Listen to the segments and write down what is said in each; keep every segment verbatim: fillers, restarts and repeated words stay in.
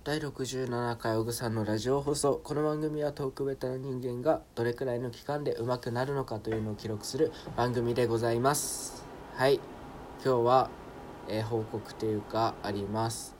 だいろくじゅうななかいオグさんのラジオ放送。この番組はトークベタの人間がどれくらいの期間で上手くなるのかというのを記録する番組でございます。はい、今日は、えー報告というかあります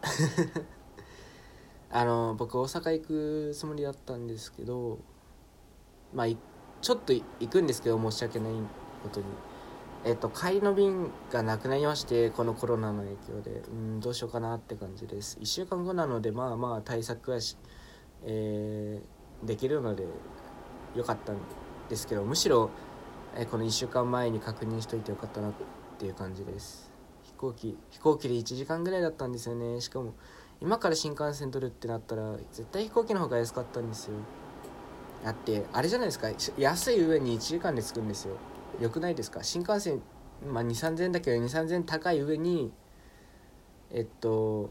あの僕大阪行くつもりだったんですけど、まあいちょっと行くんですけど、申し訳ないことにえっと帰りの便がなくなりまして、このコロナの影響でうんどうしようかなって感じです。いっしゅうかんごなので、まあまあ対策はし、えーできるのでよかったんですけど、むしろ、えーこのいっしゅうかんまえに確認しといてよかったなっていう感じです。飛行機飛行機でいちじかんぐらいだったんですよね。しかも今から新幹線取るってなったら絶対飛行機の方が安かったんですよ。だってあれじゃないですか、安い上にいちじかんで着くんですよ。よくないですか？新幹線、まあ、にせんさんぜんえんだけどにせんさんぜんえん高い上にえっと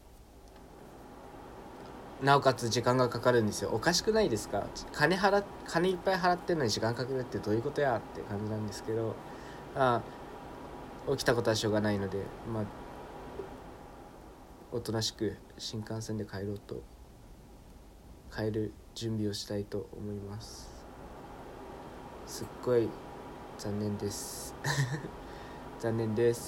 なおかつ時間がかかるんですよ。おかしくないですか？金払金いっぱい払ってんのに時間かけるってどういうことやって感じなんですけど、あ起きたことはしょうがないので、まあおとなしく新幹線で帰ろうと帰る準備をしたいと思います。すっごい残念です残念です。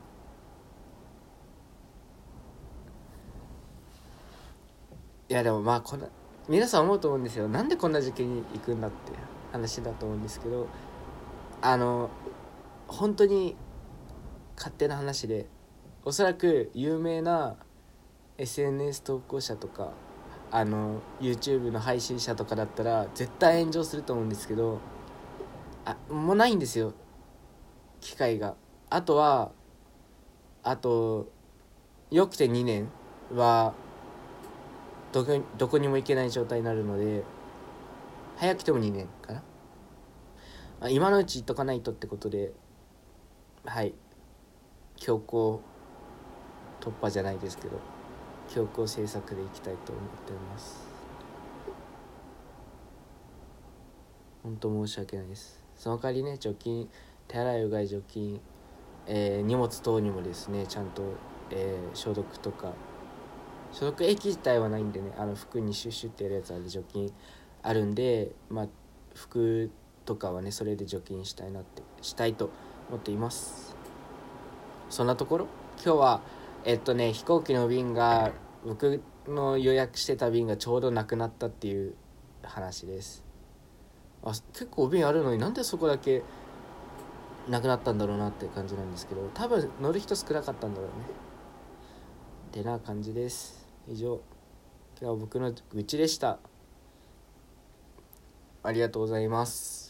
いやでもまあこんな皆さん思うと思うんですよ。なんでこんな時期に行くんだって話だと思うんですけど、あの本当に勝手な話で、おそらく有名な エスエヌエス 投稿者とかあの YouTube の配信者とかだったら絶対炎上すると思うんですけど、あもうないんですよ、機会が。あとはあとよくてにねんはどこどこにも行けない状態になるので、早くてもにねんかな、まあ、今のうち行っとかないとってことで、はい強行突破じゃないですけど強行政策でいきたいと思っています。本当申し訳ないです。その代わりね、除菌、手洗いうがい除菌、えー荷物等にもですねちゃんと、えー消毒とか、消毒液自体はないんでね、あの服にシュッシュってやるやつある除菌あるんで、まあ服とかはねそれで除菌したいなってしたいと思っています。そんなところ、今日はえっとね飛行機の便が、僕の予約してた便がちょうどなくなったっていう話です。あ結構便あるのになんでそこだけなくなったんだろうなって感じなんですけど、多分乗る人少なかったんだろうねってな感じです。以上、今日は僕の愚痴でした。ありがとうございます。